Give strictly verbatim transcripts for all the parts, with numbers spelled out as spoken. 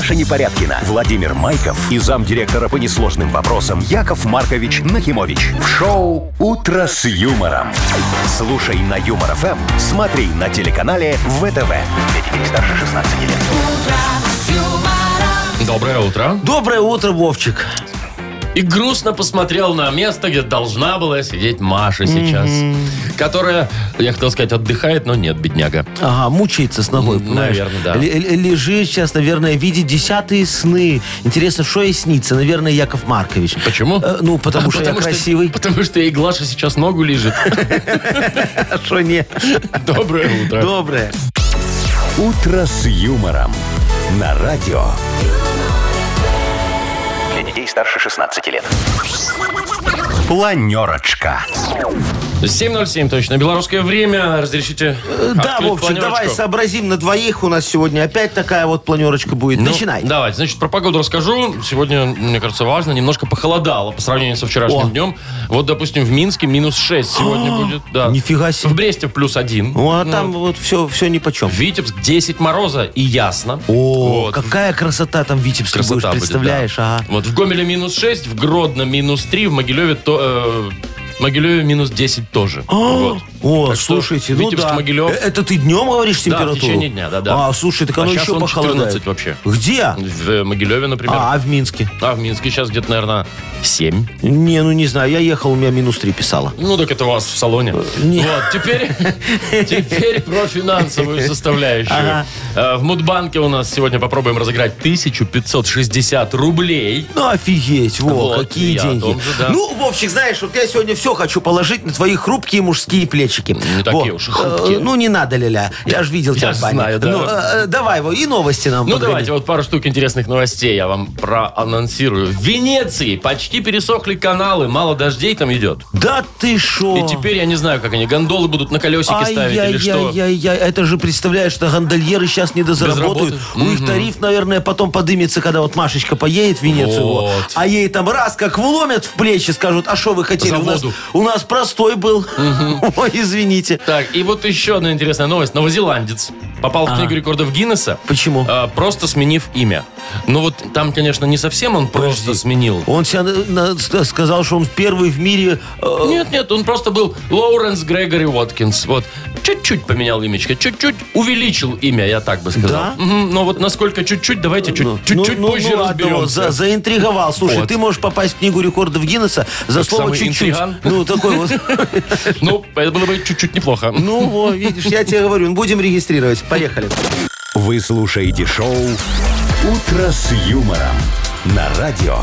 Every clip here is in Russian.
Маша Непорядкина, Владимир Майков и замдиректора по несложным вопросам Яков Маркович Нахимович. В шоу «Утро с юмором». Слушай на Юмор ФМ, смотри на телеканале ВТВ. Для детей старше шестнадцати лет. Доброе утро. Доброе утро, Вовчик. И грустно посмотрел на место, где должна была сидеть Маша сейчас. Mm-hmm. Которая, я хотел сказать, отдыхает, но нет, бедняга. Ага, мучается с ногой, понимаешь? Наверное, да. Л- лежит сейчас, наверное, видит десятые сны. Интересно, что ей снится? Наверное, Яков Маркович. Почему? Э, ну, потому а что потому я что, красивый. Потому что и Глаша сейчас ногу лежит. А что нет? Доброе утро. Доброе. «Утро с юмором» на радио. Для детей старше шестнадцати лет. Планерочка. семь ноль семь точно. Белорусское время. Разрешите Э, Да, открыть Вовчик, планерочку? давай сообразим на двоих. У нас сегодня опять такая вот планерочка будет. Ну, Начинай. Давайте. Значит, про погоду расскажу. Сегодня, мне кажется, важно. Немножко похолодало по сравнению со вчерашним О. днем. Вот, допустим, в Минске минус шесть сегодня будет. Да. Нифига себе. В Бресте плюс один. Ну, а Ну, там вот все, все нипочем. В Витебск десять мороза и ясно. О, Вот. какая красота там в Витебске Красота будешь, будет, представляешь? да. Ага. Вот в Гомеле минус шесть, в Гродно минус три, в Могилеве то... э, в Могилеве минус десять тоже. Вот. О, Так что слушайте, ну Витебск, да. Могилев. Э, Это ты днем говоришь Да, в температуру? течение дня, да-да. А, слушай, так А оно щас еще вон похолодает. четырнадцать вообще. Где? В э, Могилеве, например. А, а в Минске? А в Минске сейчас где-то, наверное, семь. Не, ну не знаю, я ехал, у меня минус три писало. Ну, так это у вас в салоне. не. Вот, теперь, теперь про финансовую составляющую. Ага. Э, В Мудбанке у нас сегодня попробуем разыграть тысяча пятьсот шестьдесят рублей. Ну, офигеть, во, Вот, какие я о деньги. том же, да. Ну, Вовчик, знаешь, вот я сегодня все хочу положить на твои хрупкие мужские плечики. Не такие уж и хрупкие. Э, Ну, не надо, Ля-ля, я же видел тебя Я в бане. знаю, да. Ну, э, э, давай, во, и новости нам Ну, подгони. давайте вот пару штук интересных новостей я вам проанонсирую. В Венеции почти пересохли каналы, мало дождей там идет. Да ты шо? И теперь я не знаю, как они, гондолы будут на колесике ставить или что. Ай-яй-яй-яй, это же, представляешь, что гондольеры сейчас не дозаработают. Без У работы? них тариф, наверное, потом подымется, когда вот Машечка поедет в Венецию. Вот. во. А ей там раз как вломят в плечи, скажут, а что вы хотели? За У нас, воду. у нас простой был. Ой, извините. Так, и вот еще одна интересная новость. Новозеландец попал в книгу рекордов Гиннесса. Почему? а, просто сменив имя. Ну вот там, конечно, не совсем он просто Подожди. сменил. Он себя на- на- сказал, что он первый в мире... э, Нет, нет, он просто был Лоуренс Грегори Уоткинс. Вот. Чуть-чуть поменял имечко, чуть-чуть увеличил имя, я так бы сказал. Да? Мгм, но вот насколько чуть-чуть, давайте чуть- ну, чуть-чуть ну, позже ну, ладно, разберемся. вот, за- заинтриговал. Слушай, Вот. ты можешь попасть в книгу рекордов Гиннесса за Как слово самый чуть-чуть. интриган? Ну, такой вот. Ну, это было бы чуть-чуть неплохо. Ну, во, видишь, я тебе говорю, будем регистрировать. Поехали. Вы слушаете шоу «Утро с юмором» на радио.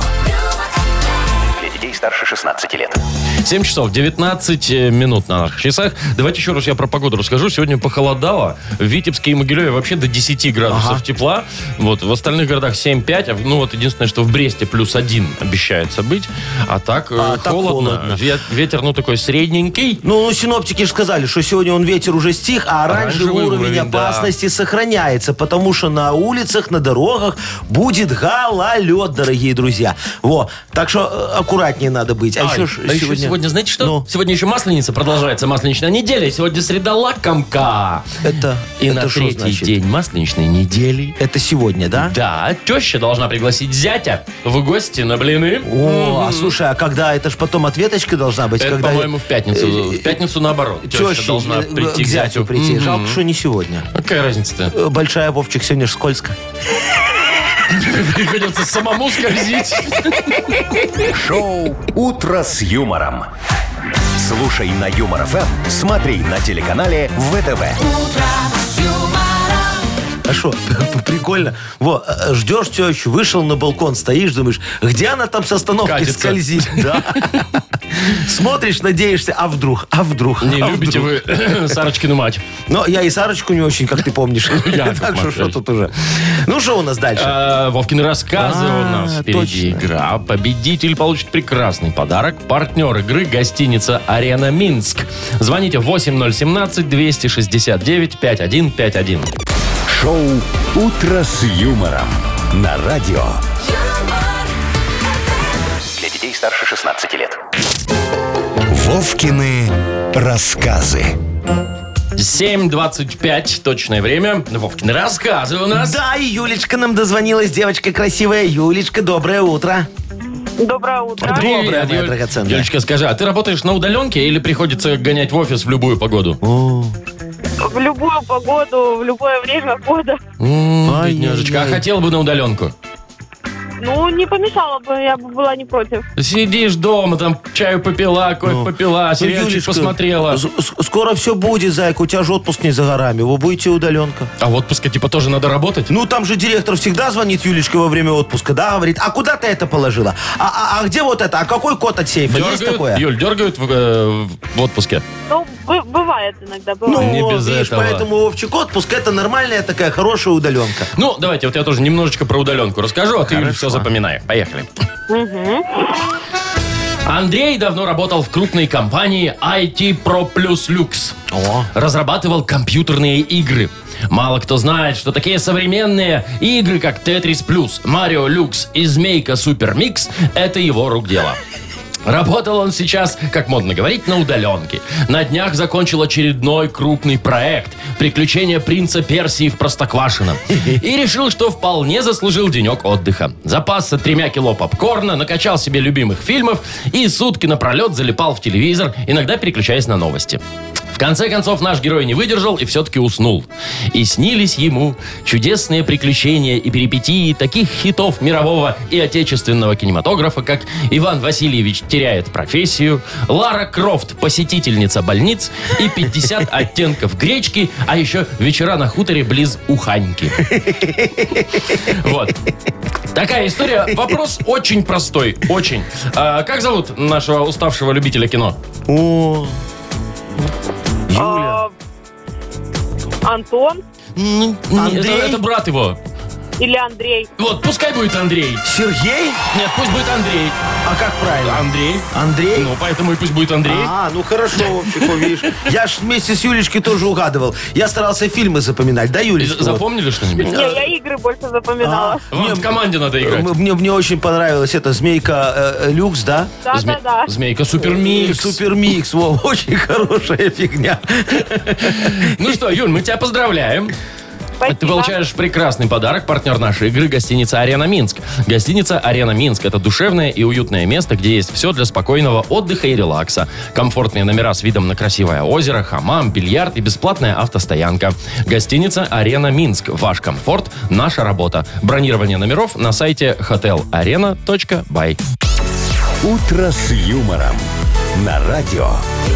Для детей старше шестнадцати лет. семь часов девятнадцать минут на наших часах. Давайте еще раз я про погоду расскажу. Сегодня похолодало. В Витебске и Могилеве вообще до десяти градусов Ага. тепла. Вот. В остальных городах семь-пять. А в- ну вот единственное, что в Бресте плюс один обещается быть. А так, э, А так холодно. холодно. Ве- ветер, ну, такой средненький. Ну, синоптики же сказали, что сегодня он ветер уже стих, а оранжевый, Оранжевый уровень, уровень, да. опасности сохраняется, потому что на улицах, на дорогах будет гололед, дорогие друзья. Во. Так что э, аккуратнее надо быть. А, Ай, еще, ж а еще сегодня, знаете что? Ну. Сегодня еще Масленица, продолжается Масленичная неделя. И сегодня среда лакомка. Это, И это на что третий значит? день Масленичной недели. Это сегодня, да? Да, теща должна пригласить зятя в гости на блины. О, а слушай, а когда это ж потом ответочка должна быть? Это, когда... по-моему, в пятницу. В пятницу наоборот. Теща Теща должна э, прийти к к зятю. прийти. Мгм. Жалко, что не сегодня. Какая разница-то? Э, Большая, Вовчик, сегодня ж скользко. Приходится самому скользить. Шоу «Утро с юмором». Слушай на Юмор ФМ, смотри на телеканале ВТВ. А что, прикольно. Во, э, ждешь тещу, вышел на балкон, стоишь, думаешь, где она там с остановки Катится. скользит? Да. Смотришь, надеешься, а вдруг, а вдруг, Не а любите вдруг? вы Сарочкину мать. Но я и Сарочку не очень, как ты помнишь. Яков Так что, что Маркович. тут уже. Ну, что у нас дальше? А, Вовкины рассказы А, у нас впереди точно. игра. Победитель получит прекрасный подарок. Партнер игры — гостиница «Арена Минск». Звоните восемь ноль семнадцать двести шестьдесят девять пятьдесят один пятьдесят один. Шоу «Утро с юмором» на радио. Для детей старше шестнадцати лет. Вовкины рассказы. семь двадцать пять точное время. Вовкины рассказы у нас. Да, и Юлечка нам дозвонилась, девочка красивая. Юлечка, доброе утро. Доброе утро. Привет, Доброе, моя Юль. драгоценная. Юлечка, скажи, а ты работаешь на удаленке или приходится гонять в офис в любую погоду? В любую погоду, в любое время года. М, Ай-яй-яй. Бедняжечка, а хотела бы на удаленку? Ну, не помешало бы, я бы была не против. Сидишь дома, там чаю попила, кофе Ну, попила, Ну, сериальчик Юлечка, посмотрела. с- с- Скоро все будет, зайка. У тебя же отпуск не за горами. Вы будете удаленка. А в отпуске типа тоже надо работать? Ну, там же директор всегда звонит Юлечке во время отпуска, да, говорит, а куда ты это положила? А, а- а где вот это? А какой код от сейфа? Есть Дергают? такое? Юль, дергают в, э, в отпуске? Ну, бы- бывает иногда, Ну, бывает. Не без видишь, этого. поэтому, Вовчик, отпуск это нормальная такая хорошая удаленка. Ну, давайте, вот я тоже немножечко про удаленку расскажу, а ты, Юль, все запоминай. Поехали. Андрей давно работал в крупной компании ай ти Pro Plus Lux. О. Разрабатывал компьютерные игры. Мало кто знает, что такие современные игры, как Tetris Plus, Mario Lux и Змейка Супер Микс, это его рук дело. Работал он сейчас, как модно говорить, на удаленке. На днях закончил очередной крупный проект «Приключения принца Персии в Простоквашино». И решил, что вполне заслужил денек отдыха. Запасся тремя кило попкорна, накачал себе любимых фильмов и сутки напролет залипал в телевизор, иногда переключаясь на новости. В конце концов, наш герой не выдержал и все-таки уснул. И снились ему чудесные приключения и перипетии таких хитов мирового и отечественного кинематографа, как «Иван Васильевич теряет профессию», «Лара Крофт. Посетительница больниц» и «пятьдесят оттенков гречки», а еще «Вечера на хуторе близ Уханьки». Вот. Такая история. Вопрос очень простой. Очень. А, как зовут нашего уставшего любителя кино? О, Юля. А, Антон М, не, Андрей? Это, это брат его. или Андрей? Вот, пускай будет Андрей. Сергей? Нет, пусть будет Андрей. А как правильно? Андрей. Андрей? Ну, поэтому и пусть будет Андрей. А, ну хорошо, Вовчик, вот видишь. Я ж вместе с Юлечкой тоже угадывал. Я старался фильмы запоминать, да, И Юлечка? за- Запомнили что-нибудь? Не, я игры больше запоминала. А, Вам не, в команде надо играть. М- Мне, мне очень понравилась эта змейка э, э, люкс, да? Да, Зме- да, да. Змейка Супермикс. Супермикс, во, очень хорошая фигня. Ну что, Юль, мы тебя поздравляем. Спасибо. Ты получаешь прекрасный подарок. Партнер нашей игры — гостиница «Арена Минск». Гостиница «Арена Минск» — это душевное и уютное место, где есть все для спокойного отдыха и релакса. Комфортные номера с видом на красивое озеро, хамам, бильярд и бесплатная автостоянка. Гостиница «Арена Минск». Ваш комфорт — наша работа. Бронирование номеров на сайте хотел арена точка бай. «Утро с юмором» на радио.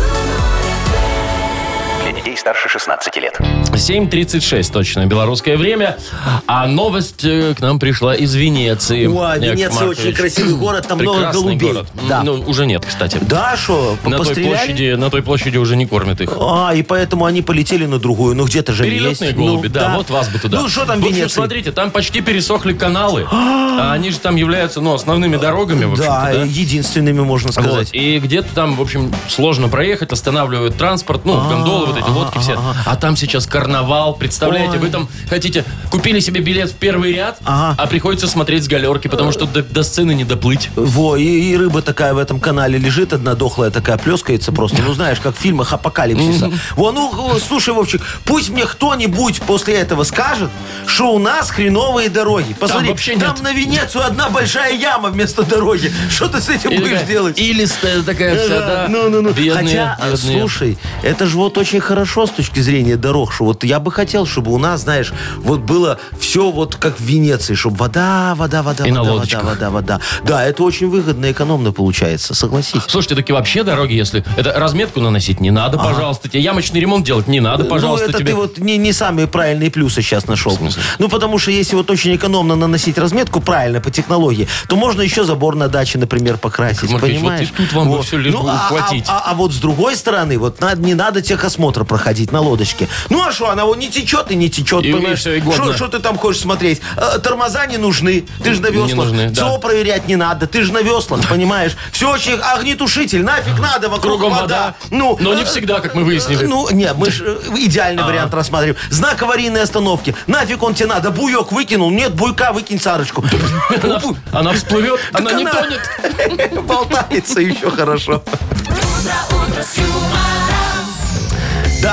Для детей старше шестнадцати лет. семь тридцать шесть точно белорусское время. А новость э, к нам пришла из Венеции. Ой, Яков Венеция Маркович. очень красивый город, там много Прекрасный голубей. город. Да. Ну, уже нет, кстати. Да, что, На той, постреляли? площади, на той площади уже не кормят их. А, и поэтому они полетели на другую. Ну, где-то же Перелетные есть. голуби, Ну, да, вот вас бы туда. Ну, что там В в общем, Венеции? смотрите, там почти пересохли каналы. А они же там являются, ну, основными дорогами, в общем-то, Да, да? единственными, можно Вот. сказать. И где-то там, в общем, сложно проехать, останавливают транспорт, ну, гондолы, вот эти лодки все. А там сейчас карнавал, представляете, Ой. вы там хотите, купили себе билет в первый ряд, Ага. а приходится смотреть с галерки, потому что до, до сцены не доплыть. Во, и, и рыба такая в этом канале лежит, одна дохлая такая, плескается просто. Ну, знаешь, как в фильмах апокалипсиса. Во, ну, э, слушай, Вовчик, пусть мне кто-нибудь после этого скажет, что у нас хреновые дороги. Посмотри, вообще там нет. на Венецию одна большая яма вместо дороги. Что ты с этим И будешь такая делать? илистая такая вся, да. Ну, ну, ну. Бедные, Хотя, э, бедные. слушай, это же вот очень хорошо с точки зрения дорог, что вот я бы хотел, чтобы у нас, знаешь, вот было все вот как в Венеции, чтобы вода, вода, вода, И на вода, вода, лодочках. вода, вода. Да, это очень выгодно и экономно получается, согласись. Слушайте, такие вообще дороги, если... Это разметку наносить не надо, пожалуйста. Тебе ямочный ремонт делать не надо, пожалуйста. Ну, это тебе. ты вот не, не самые правильные плюсы сейчас нашел. смысле? Ну, потому что если вот очень экономно наносить разметку правильно, по технологии, то можно еще забор на даче, например, покрасить, Яков Маркович, понимаешь? вот и тут вам бы всё лишь бы а, ухватить. А, а- а вот с другой стороны, вот надо, не надо техосмотр проходить на лодочке. Ну, а что, она вот не течет и не течет, И- и понимаешь? всё, и годно. Что ты там хочешь смотреть? Э, тормоза не нужны, ты же на веслах. нужны, да. ЦО проверять не надо, ты же на веслах, понимаешь? Все очень... Огнетушитель, нафиг надо, вокруг Кругом вода. вода. Ну, Но не э, всегда, как мы выяснили. ну, нет, мы же идеальный вариант рассматриваем. Знак аварийной остановки. Нафиг он тебе надо? Буек выкинул? Нет, буйка выкинь Сарочку. Она, она всплывет, она не она- тонет. Болтается еще хорошо. Да,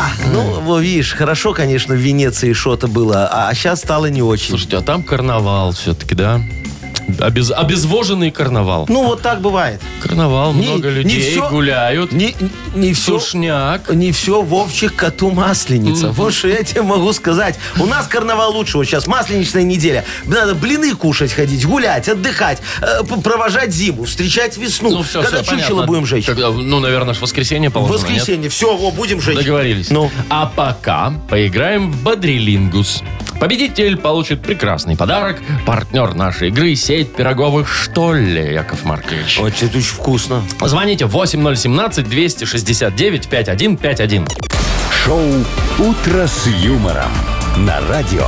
А, ну, вот видишь, хорошо, конечно, в Венеции что-то было, а сейчас стало не очень. Слушайте, а там карнавал все-таки, да? Обез... Обезвоженный карнавал. Ну, вот так бывает. Карнавал, Не- много не людей всё- гуляют. Не, не все... Сушняк. Не все, Вовчик, коту масленица. Вот что я тебе могу сказать. У нас карнавал лучше. Вот сейчас масленичная неделя. Надо блины кушать, ходить, гулять, отдыхать, э, п- провожать зиму, встречать весну. Ну, все, Когда все, чучело понятно. будем жечь? Когда, ну, наверное, в воскресенье В положено, нет? воскресенье. Все, во, будем жечь. Договорились. Ну. А пока поиграем в Бодрилингус. Победитель получит прекрасный подарок. Партнер нашей игры — сеть пироговых «Штолле», Яков Маркович. Ой, это очень вкусно. Звоните восемь ноль семнадцать двести шестьдесят девять пятьдесят один пятьдесят один. Шоу «Утро с юмором» на радио.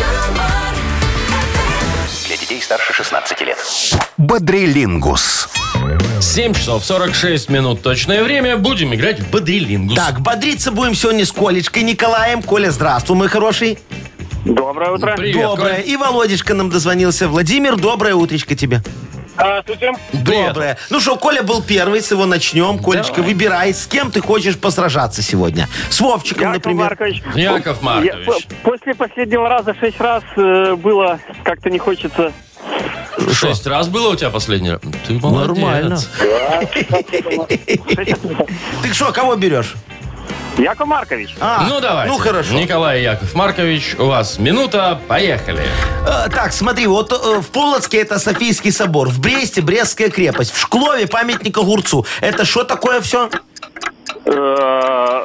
Для детей старше шестнадцати лет. Бодрилингус. семь часов сорок шесть минут точное время. Будем играть в Бодрилингус. Так, бодриться будем сегодня с Колечкой Николаем. Коля, здравствуй, мой хороший. Доброе утро. Привет, Доброе. Коль. И Володечка нам дозвонился. Владимир, доброе утречко тебе. Здравствуйте. Привет. Доброе. Ну что, Коля был первый, с его начнем. Колечка, Давай. выбирай, с кем ты хочешь посражаться сегодня. С Вовчиком, Яков например. Маркович. Яков Я- Маркович. по- после последнего раза шесть раз э, было как-то не хочется. Шесть раз было у тебя последний раз? Ты молодец. Нормально. Ты что, кого берешь? Яков Маркович. А, Ну, давайте. Ну, хорошо. Николай и Яков Маркович, у вас минута. Поехали. Э, так, смотри, вот э, в Полоцке это Софийский собор, в Бресте Брестская крепость, в Шклове памятник огурцу. Это что такое все? Э,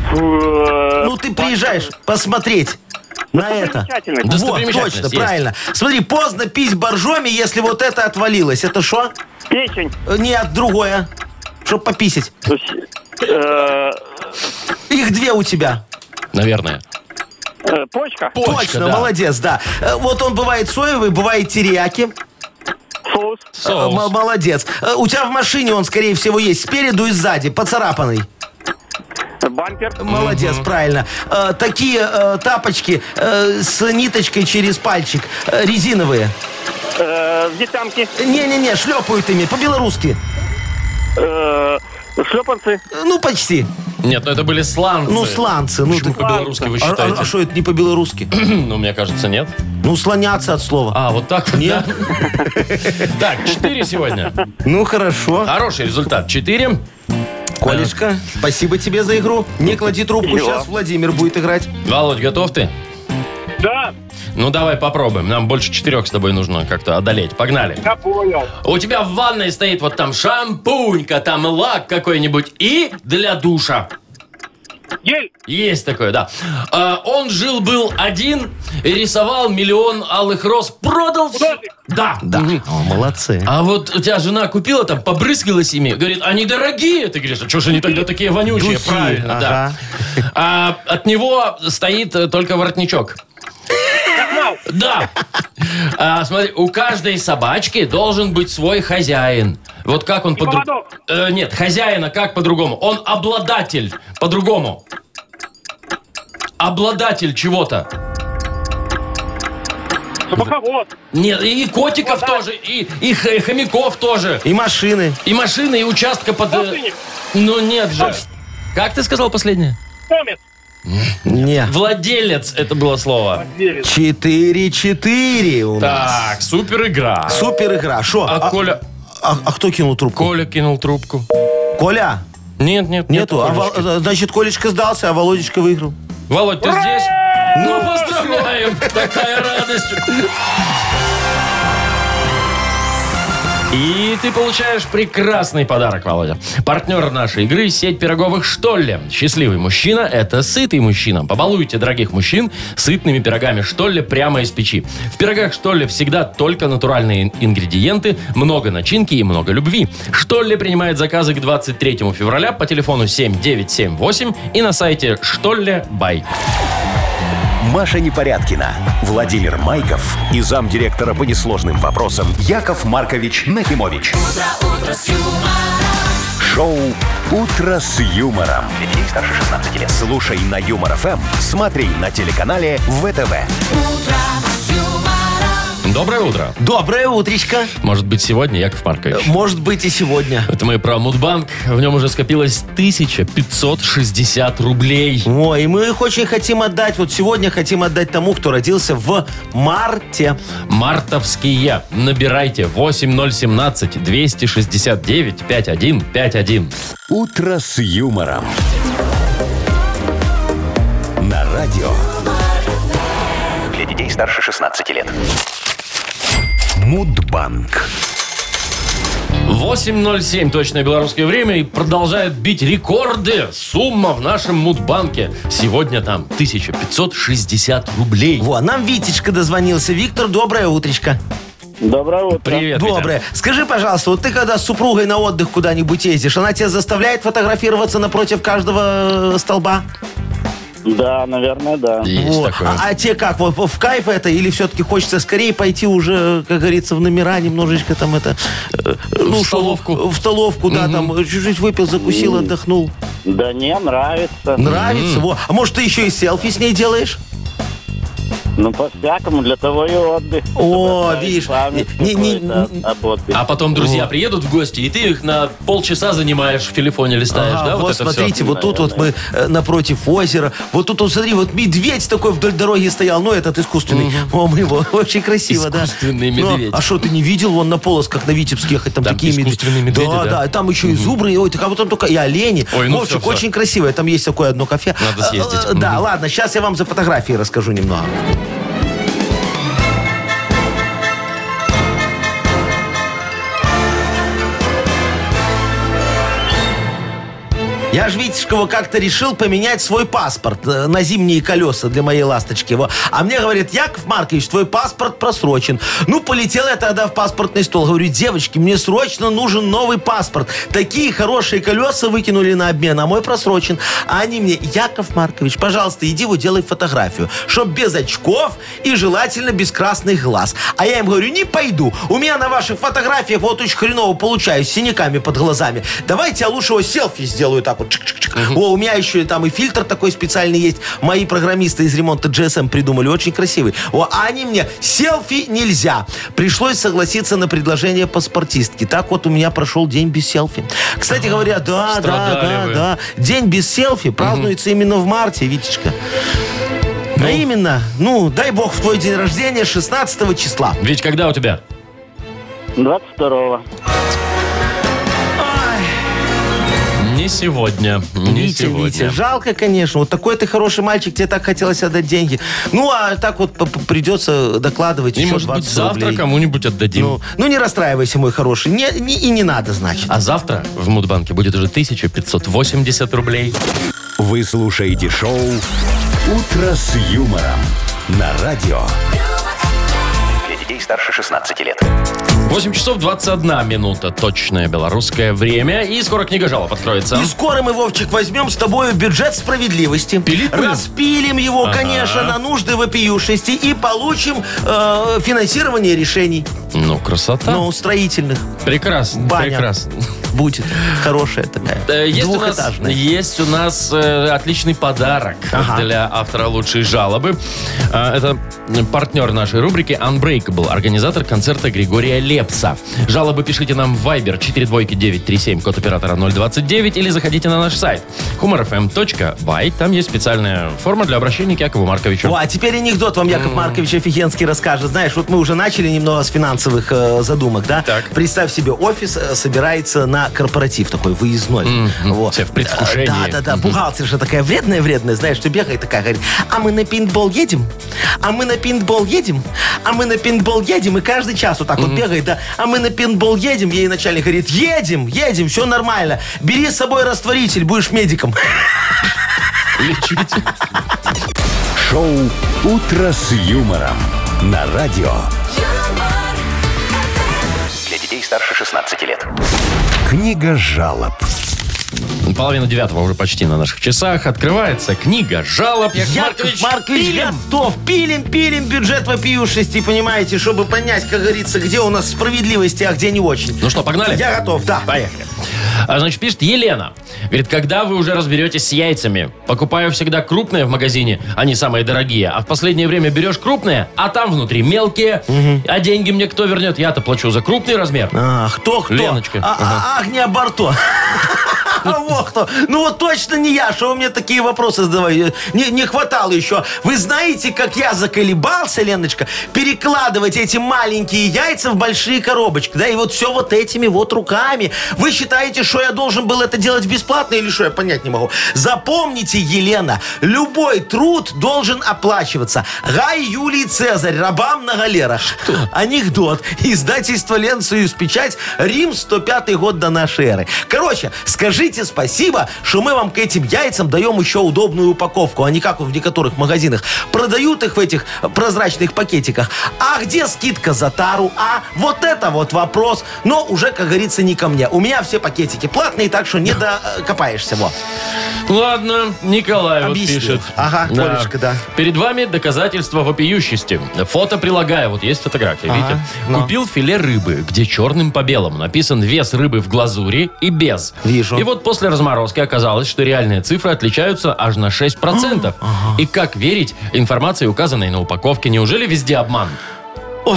э, Ну, ты приезжаешь посмотреть на это. Достопримечательность. Вот, Достопримечательность точно, есть. правильно. Смотри, поздно пить боржоми, если вот это отвалилось. Это что? Печень. Нет, другое. Чтоб пописать. То есть, э, Их две у тебя. Наверное. э, почка. Почка, Точно, да. молодец, да. Э, Вот он бывает соевый, бывает терияки. Соус. Э, Соус. м- Молодец. Э, У тебя в машине он, скорее всего, есть спереду и сзади, поцарапанный. Бампер. Молодец, правильно. Э, Такие э, тапочки э, с ниточкой через пальчик, э, резиновые. Э, Вьетнамки. Не-не-не, шлепают ими, по-белорусски. Э, Шлепанцы. Э, Ну, почти. Нет, ну это были сланцы. Ну, сланцы. Ну, Почему ты- по-белорусски вы А- считаете? А что, это не по-белорусски? Ну, мне кажется, нет. Ну, слоняться от слова. А, вот так вот, Нет. да? Так, четыре сегодня. Ну, хорошо. Хороший результат. Четыре. Колечка, спасибо тебе за игру. Не клади трубку, Спасибо. сейчас Владимир будет играть. Володь, готов ты? Да, Ну, давай попробуем. Нам больше четырех с тобой нужно как-то одолеть. Погнали. я понял. У тебя в ванной стоит вот там шампунька, там лак какой-нибудь и для душа. Гель. Есть такое, да. А, он жил-был один, и рисовал миллион алых роз, продал все. Да. Да, Мгм. О, молодцы. А вот у тебя жена купила там, побрызгалась ими, говорит, они дорогие. Ты говоришь, а что же они тогда такие вонючие? Духи, Правильно, да. ага. А от него стоит э, только воротничок. Да. А, смотри, у каждой собачки должен быть свой хозяин. Вот как он по-другому... поводок. нет, хозяина как по-другому? Он обладатель по-другому. Обладатель чего-то. Собаковод. Нет, и котиков тоже, и, и х- хомяков тоже. И машины. И машины, и участка под... э, Собственник. Ну нет же. Как ты сказал последнее? Томец. Не. Владелец, это было слово. Четыре-четыре у нас. Так, супер игра. Супер игра. Шо? А Коля... а- а кто кинул трубку? Коля кинул трубку. Коля? Нет, нет, Нету. А Колечки. Вол- значит, Колечка сдался, а Володечка выиграл. Володь, ты здесь? Ну, поздравляем! Такая радость! И ты получаешь прекрасный подарок, Володя. Партнер нашей игры — сеть пироговых «Штолле». Счастливый мужчина — это сытый мужчина. Побалуйте дорогих мужчин сытными пирогами «Штолле» прямо из печи. В пирогах «Штолле» всегда только натуральные ингредиенты, много начинки и много любви. «Штолле» принимает заказы к двадцать третьему февраля по телефону семь девять семь восемь и на сайте «Штолле Бай». Маша Непорядкина, Владимир Майков и замдиректора по несложным вопросам Яков Маркович Нахимович. Шоу «Утро с юмором». Для детей старше шестнадцати лет. Слушай на Юмор ФМ, смотри на телеканале ВТВ. Доброе утро. Доброе утречко. Может быть, сегодня, Яков Маркович? Может быть, и сегодня. Это мы про Мудбанк. В нем уже скопилось тысяча пятьсот шестьдесят рублей. Ой, и мы их очень хотим отдать. Вот сегодня хотим отдать тому, кто родился в марте. Мартовские. Набирайте восемь ноль семнадцать двести шестьдесят девять пятьдесят один пятьдесят один. «Утро с юмором». На радио. Для детей старше шестнадцати лет. Мудбанк. восемь ноль семь точное белорусское время, и продолжает бить рекорды. Сумма в нашем Мудбанке. Сегодня там тысяча пятьсот шестьдесят рублей. Во, нам Витечка дозвонился. Виктор, доброе утречко. Доброе утро. Привет, Витя. Доброе. Скажи, пожалуйста, вот ты когда с супругой на отдых куда-нибудь ездишь, она тебя заставляет фотографироваться напротив каждого э, столба? Да, наверное, да. Есть Вот. такое. А, а тебе как, вот, в кайф это, или все-таки хочется скорее пойти уже, как говорится, в номера, немножечко там это... э, ну, В столовку. шо, в столовку, да, там чуть-чуть выпил, закусил, отдохнул. Да не, нравится. Нравится? Во. А может, ты еще и селфи с ней делаешь? Ну, по-всякому, для того и отдых. О, Чтобы видишь, память не- не- какой-то не- об отдыхе. А потом друзья приедут в гости, и ты их на полчаса занимаешь, в телефоне листаешь, Ага, да? вот это смотрите, все. вот тут вот мы э, напротив озера. Вот тут вот, смотри, вот медведь такой вдоль дороги стоял. Ну, этот искусственный. О, мы его. Очень красиво, да. Искусственный Ну, медведь. а что, ты не видел? Вон на полосках на Витебске ехать, там, Там такие медведи. искусственные медведи, Да, да? да. И там еще и зубры, и, ой, так, а вот там только и олени. Ой, ну Вовчик, всё, всё. очень красивое. Там есть такое одно кафе. Надо съездить. Э, э, Да, Мгм. ладно, сейчас я вам за фотографии расскажу немного. Я же, Витюшка, как-то решил поменять свой паспорт э, на зимние колеса для моей ласточки. Во. А мне говорит, Яков Маркович, твой паспорт просрочен. Ну, полетел я тогда в паспортный стол. Говорю, девочки, мне срочно нужен новый паспорт. Такие хорошие колеса выкинули на обмен, а мой просрочен. А они мне, Яков Маркович, пожалуйста, иди вот делай фотографию. Чтоб без очков и желательно без красных глаз. А я им говорю, не пойду. У меня на ваших фотографиях вот очень хреново получаюсь, с синяками под глазами. Давайте я лучше его селфи сделаю так вот. Чик-чик-чик. О, у меня еще там и фильтр такой специальный есть. Мои программисты из ремонта джи эс эм придумали. Очень красивый. О, а они мне, селфи нельзя. Пришлось согласиться на предложение паспортистки. Так вот у меня прошел день без селфи. Кстати говоря, да, да, Страдали да, вы. да. День без селфи празднуется именно в марте, Витечка. Ну. А именно, ну, дай бог, в твой день рождения шестнадцатого числа. Ведь когда у тебя? двадцать второго. Не сегодня. Не Витя, сегодня. Витя, жалко, конечно. Вот такой ты хороший мальчик, тебе так хотелось отдать деньги. Ну, а так вот п- п- придется докладывать И, еще может быть, двадцать завтра рублей. кому-нибудь отдадим. Ну, ну, не расстраивайся, мой хороший. Не, не- и не надо, значит. А завтра в Мудбанке будет уже тысяча пятьсот восемьдесят рублей. Вы слушаете шоу «Утро с юмором» на радио. Для детей старше шестнадцати лет. восемь часов двадцать одна минута. Точное белорусское время. И скоро книга жалоб откроется. И скоро мы, Вовчик, возьмем с тобой бюджет справедливости. Пилить будем? Распилим его, Ага. конечно, на нужды вопиюшести и получим э, финансирование решений. Ну, красота. Ну, строительных. Прекрасно, Баня. прекрасно. Будет хорошая такая. Э, Есть у, нас, Двухэтажная. есть у нас э, отличный подарок Ага. для автора лучшей жалобы. Э, это партнер нашей рубрики Unbreakable, организатор концерта Григория Лепса. Жалобы пишите нам в Viber четыре двойки девять три семь, код оператора ноль двадцать девять, или заходите на наш сайт humor эф эм точка бай. Там есть специальная форма для обращения к Якову Марковичу. О, а теперь анекдот вам Яков Маркович офигенский расскажет. Знаешь, вот мы уже начали немного с финансовых э, задумок, да? Так. Представь себе, офис э, собирается на корпоратив такой выездной. Вот. Все в предвкушении. Да, да, да. Бухгалтерша такая вредная-вредная, знаешь, что бегает такая, говорит, а мы на пейнтбол едем? А мы на пейнтбол едем? А мы на пейнтбол едем? И каждый час вот так вот бегает, да. А мы на пейнтбол едем? Ей начальник говорит, едем, едем, все нормально. Бери с собой растворитель, будешь медиком. Лечите. Шоу «Утро с юмором» на радио. Для детей старше шестнадцати лет. Книга жалоб. Половина девятого уже почти на наших часах. Открывается книга жалоб. Яков Яков Маркович, Маркович пилим. готов. Пилим, пилим бюджет вопиюшести, понимаете, чтобы понять, как говорится, где у нас справедливости, а где не очень. Ну что, погнали? Я готов, да. Поехали. А, значит, пишет Елена. Говорит, когда вы уже разберетесь с яйцами? Покупаю всегда крупные в магазине, они самые дорогие. А в последнее время берешь крупные, а там внутри мелкие. А деньги мне кто вернет? Я-то плачу за крупный размер. А, кто, кто? Леночка. А, а, Агния Барто. А вот кто. Ну вот точно не я, что вы мне такие вопросы задавали. Не, не хватало еще. Вы знаете, как я заколебался, Леночка, перекладывать эти маленькие яйца в большие коробочки, да, и вот все вот этими вот руками. Вы считаете, что я должен был это делать бесплатно или что? Я понять не могу. Запомните, Елена, любой труд должен оплачиваться. Гай Юлий Цезарь, рабам на галерах. Что? Анекдот. Издательство «Ленциус Печать», Рим, сто пятый год до нашей эры. Короче, скажите спасибо, что мы вам к этим яйцам даем еще удобную упаковку, а не как в некоторых магазинах. Продают их в этих прозрачных пакетиках. А где скидка за тару? А вот это вот вопрос. Но уже, как говорится, не ко мне. У меня все пакетики платные, так что не докопаешься. Вот. Ладно, Николай вот Объяснил. пишет. Ага, Колечка, да. Перед вами доказательства вопиющести. Фото прилагаю. Вот есть фотография, Ага, видите? ну. Купил филе рыбы, где черным по белому написан вес рыбы в глазури и без. Вижу. И вот после разморозки оказалось, что реальные цифры отличаются аж на шесть процентов. И как верить информации, указанной на упаковке? Неужели везде обман? Ой,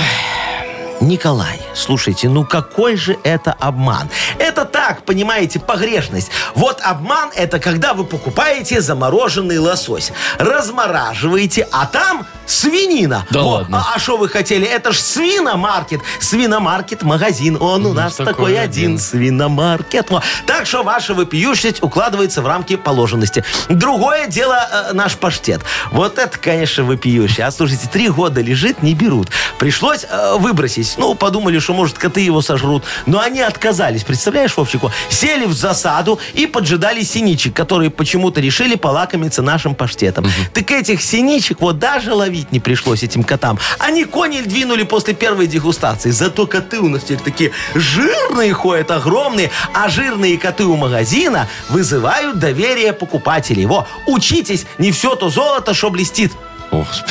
Николай, слушайте, ну какой же это обман? Это так, понимаете, погрешность. Вот обман – это когда вы покупаете замороженный лосось, размораживаете, а там свинина. Да Во, ладно. А что вы хотели? Это ж свиномаркет. Свиномаркет, магазин. Он у нас такой такой один. один. Свиномаркет. Во. Так что ваша вопиющесть укладывается в рамки положенности. Другое дело э, наш паштет. Вот это, конечно, вопиющее. А слушайте, три года лежит, не берут. Пришлось э, выбросить. Ну, подумали, что, может, коты его сожрут. Но они отказались. Представляешь, Вовчику? Сели в засаду и поджидали синичек, которые почему-то решили полакомиться нашим паштетом. Так этих синичек вот даже ловить не пришлось этим котам. Они кони двинули после первой дегустации. Зато коты у нас теперь такие жирные ходят, огромные. А жирные коты у магазина вызывают доверие покупателей. Во, учитесь, не все то золото, что блестит. О, Господи.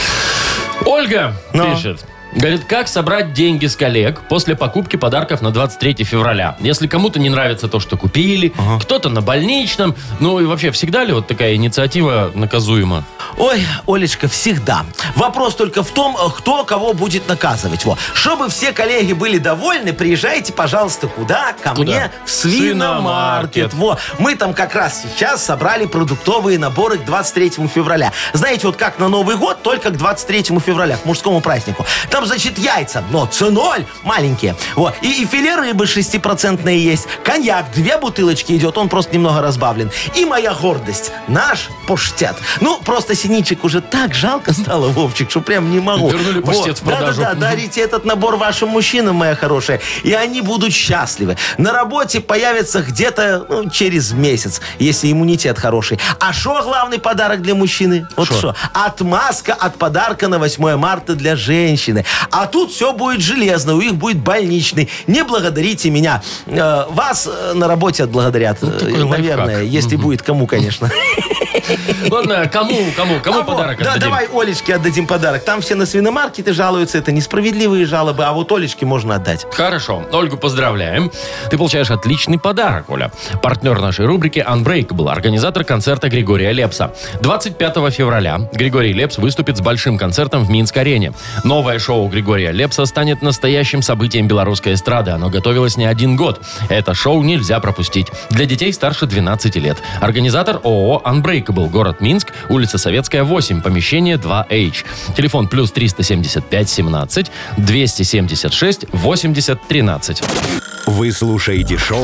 Ольга Но. пишет. Говорит, как собрать деньги с коллег после покупки подарков на двадцать третье февраля? Если кому-то не нравится то, что купили, кто-то на больничном. Ну и вообще, всегда ли вот такая инициатива наказуема? Ой, Олечка, всегда. Вопрос только в том, кто кого будет наказывать. Во. Чтобы все коллеги были довольны, приезжайте, пожалуйста, куда? Ко Куда? мне в Свиномаркет. свиномаркет. Во. Мы там как раз сейчас собрали продуктовые наборы к двадцать третьему февраля. Знаете, вот как на Новый год, только к двадцать третьему февраля, к мужскому празднику. Там, значит, яйца, но ценоль маленькие. Вот. И, и филе рыбы шестипроцентные есть. Коньяк, две бутылочки идет, он просто немного разбавлен. И моя гордость, наш паштет. Ну, просто синичек уже так жалко стало, Вовчик, что прям не могу. Вернули паштет в продажу. Да-да-да, дарите этот набор вашим мужчинам, моя хорошая, и они будут счастливы. На работе появятся где-то ну, через месяц, если иммунитет хороший. А что главный подарок для мужчины? Вот Шо? что? Отмазка от подарка на восьмое марта для женщины. А тут все будет железно, у них будет больничный. Не благодарите меня. Э, Вас э, на работе отблагодарят, э, такой наверное, лайфхак. если будет кому, конечно. Ладно, кому, кому, кому А вот, подарок да, отдадим? давай Олечке отдадим подарок. Там все на свиномаркеты жалуются, это несправедливые жалобы, а вот Олечке можно отдать. Хорошо. Ольгу поздравляем. Ты получаешь отличный подарок, Оля. Партнер нашей рубрики Unbreakable, организатор концерта Григория Лепса. двадцать пятого февраля Григорий Лепс выступит с большим концертом в Минск-арене. Новое шоу Григория Лепса станет настоящим событием белорусской эстрады. Оно готовилось не один год. Это шоу нельзя пропустить. Для детей старше двенадцати лет. Организатор ООО Unbreakable, город Минск, улица Советская, восемь, помещение два эйч. Телефон плюс триста семьдесят пять семнадцать двести семьдесят шесть восемьдесят тринадцать. Вы слушаете шоу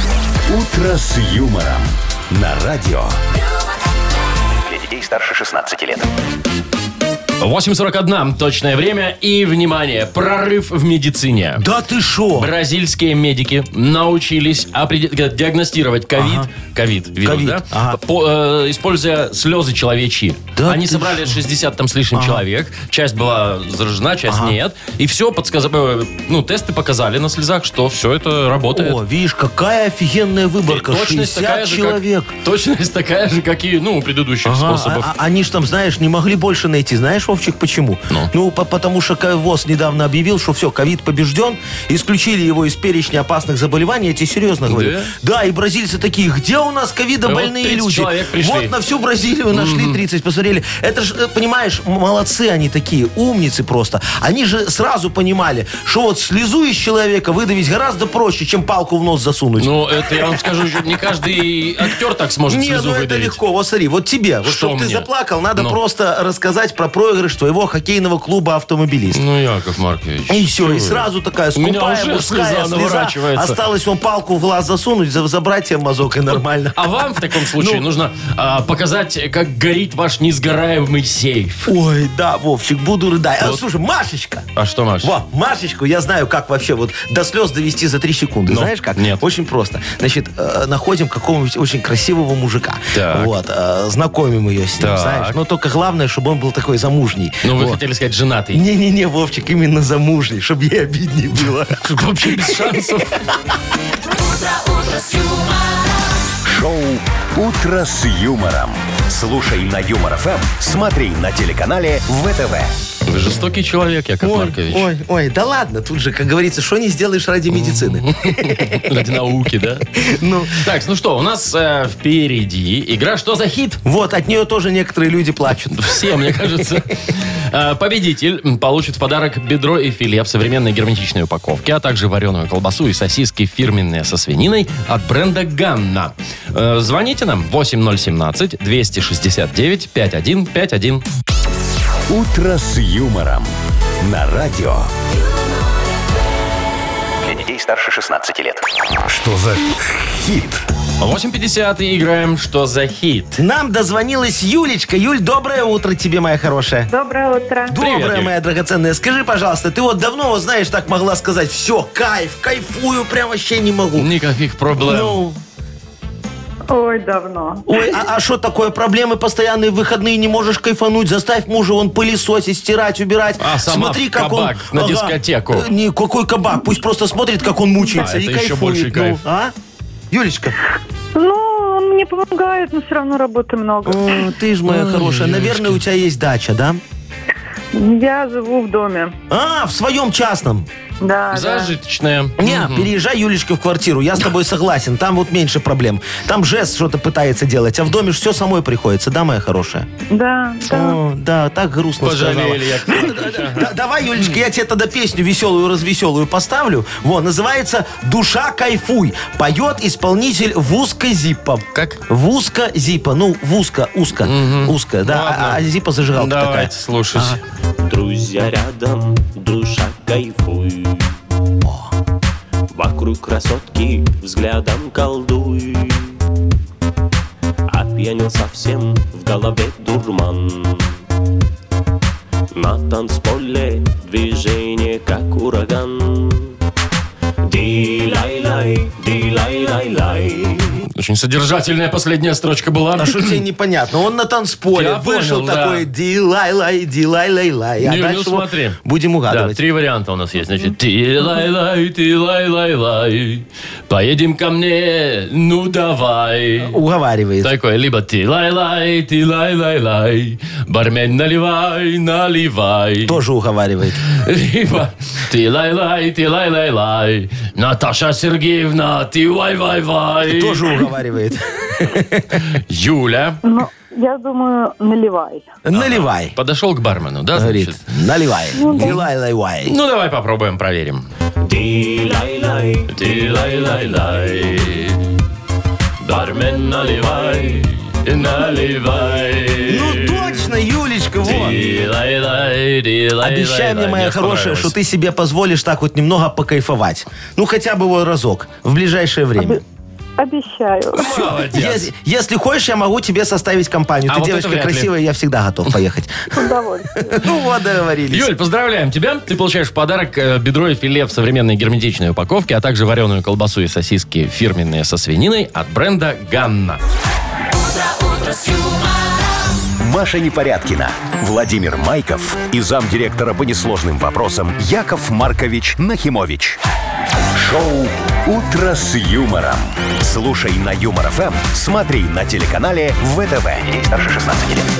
«Утро с юмором» на радио. Для детей старше шестнадцати лет. восемь сорок один точное время. И, внимание, прорыв в медицине. Да ты шо? Бразильские медики научились определ- диагностировать ковид, Ага. ковид, вирус, Ковид, да? ага. По- э, используя слезы человечьи. Да Они ты собрали шо? шестьдесят там с лишним человек. Часть была заражена, часть Ага. нет. И все, подсказали, ну, тесты показали на слезах, что все это работает. О, видишь, какая офигенная выборка. И точность такая шестьдесят же, человек. Как, точность такая же, как и, ну, у предыдущих Ага, способов. а- а- они ж там, знаешь, не могли больше найти. Знаешь, Вовчик, почему? Ну? по- потому что ВОЗ недавно объявил, что все, ковид побежден, исключили его из перечня опасных заболеваний, я тебе серьезно говорю. Да, и бразильцы такие, где у нас ковидобольные Вот тридцать люди? человек пришли. Вот на всю Бразилию нашли тридцать, посмотрели. Это же, понимаешь, молодцы они такие, умницы просто. Они же сразу понимали, что вот слезу из человека выдавить гораздо проще, чем палку в нос засунуть. Ну, это я вам скажу, что не каждый актер так сможет Не, слезу ну это выдавить. легко. Вот смотри, вот тебе, вот Что чтобы ты мне? заплакал, надо Ну. просто рассказать про проигрыш твоего хоккейного клуба «Автомобилист». Ну, Яков Маркович. И все, что и вы? сразу такая У меня скупая уже мужская слеза слеза. наворачивается. Осталось вам палку в глаз засунуть, за- забрать тебе мазок и нормально. А вам в таком случае Ну. нужно а, показать, как горит ваш несгораемый сейф. Ой, да, Вовчик, буду рыдать. А, Вот. слушай, Машечка. А что, Маш? Во, Машечку я знаю, как вообще вот до слез довести за три секунды. Ну, Знаешь как? нет. Очень просто. Значит, э, находим какого-нибудь очень красивого мужика. Так. Вот, э, знакомим ее с ним, Так. знаешь. Но только главное, чтобы он был такой замужний. Ну, вы Вот. хотели сказать женатый. Не-не-не, Вовчик, именно замужний, чтобы ей обиднее было. Вообще без шансов. Шоу «Утро с юмором». Слушай на Юмор ФМ, смотри на телеканале ВТВ. Вы жестокий человек, Яков Ой, Маркович. ой, ой, да ладно, тут же, как говорится, что не сделаешь ради медицины. Ради науки, да? Ну, Так, ну что, у нас э, впереди игра «Что за хит?» вот, от нее тоже некоторые люди плачут. Все, мне кажется. Э, Победитель получит в подарок бедро и филе в современной герметичной упаковке, а также вареную колбасу и сосиски фирменные со свининой от бренда «Ганна». Э, Звоните нам восемь ноль семнадцать двести шестьдесят девять пятьдесят один пятьдесят один. «Утро с юмором» на радио. Для детей старше шестнадцати лет. Что за хит? восемь пятьдесят и играем «Что за хит?». Нам дозвонилась Юлечка. Юль, доброе утро тебе, моя хорошая. Доброе утро. Привет, Доброе, Юль. моя драгоценная. Скажи, пожалуйста, ты вот давно, вот, знаешь, так могла сказать, все, кайф, кайфую, прям вообще не могу. Никаких проблем. Ну, Ой, давно. ой, а что такое? Проблемы постоянные в выходные, не можешь кайфануть. Заставь мужа он пылесосить, стирать, убирать. А сама Смотри, в как кабак он... на дискотеку. Э, Не, какой кабак? Пусть просто смотрит, как он мучается А, и это еще кайфует. больший Ну, кайф. а? Юлечка, Ну, он мне помогает, но все равно работы много. о, ты ж моя Ой, хорошая. Юлечка. Наверное, у тебя есть дача, да? Я живу в доме. А, в своем частном. Да, да. Зажиточная. Не, Мгм. переезжай, Юлечка, в квартиру. Я с тобой согласен. Там вот меньше проблем. Там жест что-то пытается делать, а в доме ж все самой приходится, да, моя хорошая? Да, да. О, да, так грустно сказала. Пожалели, Яков Маркович. Да, давай, Юлечка, я тебе тогда песню веселую-развеселую поставлю. Вот, называется «Душа кайфуй». Поет исполнитель Вузка Зиппа. Как? Вузка Зиппа. Ну, Вузка, узко. Узко, да. Ладно. А, а Зиппа зажигалка Давайте такая. слушать. Друзья рядом, душа кайфуй. Вокруг красотки взглядом колдуй. Опьянел совсем, в голове дурман. На танцполе движение как ураган. Ди-лай-лай, ди-лай-лай-лай. Очень содержательная последняя строчка была. А что тебе непонятно? Он на танцполе Я вышел понял, да. такой ди-лай-лай, ди-лай-лай-лай. А Не, дальше ну вот смотри. будем Да, угадывать. три варианта у нас есть. Значит, ты лай-лай, ты лай-лай-лай. Поедем ко мне, ну давай. Уговаривает. Такое, либо ты лай-лай, ты лай-лай-лай. Бармен, наливай, наливай. Тоже уговаривает. Либо ты лай-лай, ты лай-лай-лай. Наташа Сергеевна, ты вай-вай-вай. Тоже уговаривает. Юля Ну, я думаю, наливай. Наливай. подошел к бармену, да, Говорит, значит? наливай. Ди-лай-лай-лай. Ну, давай попробуем, проверим. Ди-лай-лай, Ты лай-лай-лай. Бармен, наливай, наливай. Ну точно, Юлечка, вот. Ты лай-лай, ты лай-лай-лай. Обещай мне, моя Мне хорошая, понравилось. что ты себе позволишь так вот немного покайфовать. Ну, хотя бы вот разок. В ближайшее время. Обещаю. Молодец. Если, если хочешь, я могу тебе составить компанию. А Ты вот это девочка вряд ли. красивая, я всегда готов поехать. С удовольствием. Ну вот, договорились. Юль, поздравляем тебя. Ты получаешь в подарок э, бедро и филе в современной герметичной упаковке, а также вареную колбасу и сосиски фирменные со свининой от бренда «Ганна». Маша Непорядкина, Владимир Майков и замдиректора по несложным вопросам Яков Маркович Нахимович. Шоу «Утро с юмором». Слушай на Юмор ФМ, смотри на телеканале ВТВ. Ей старше шестнадцати лет.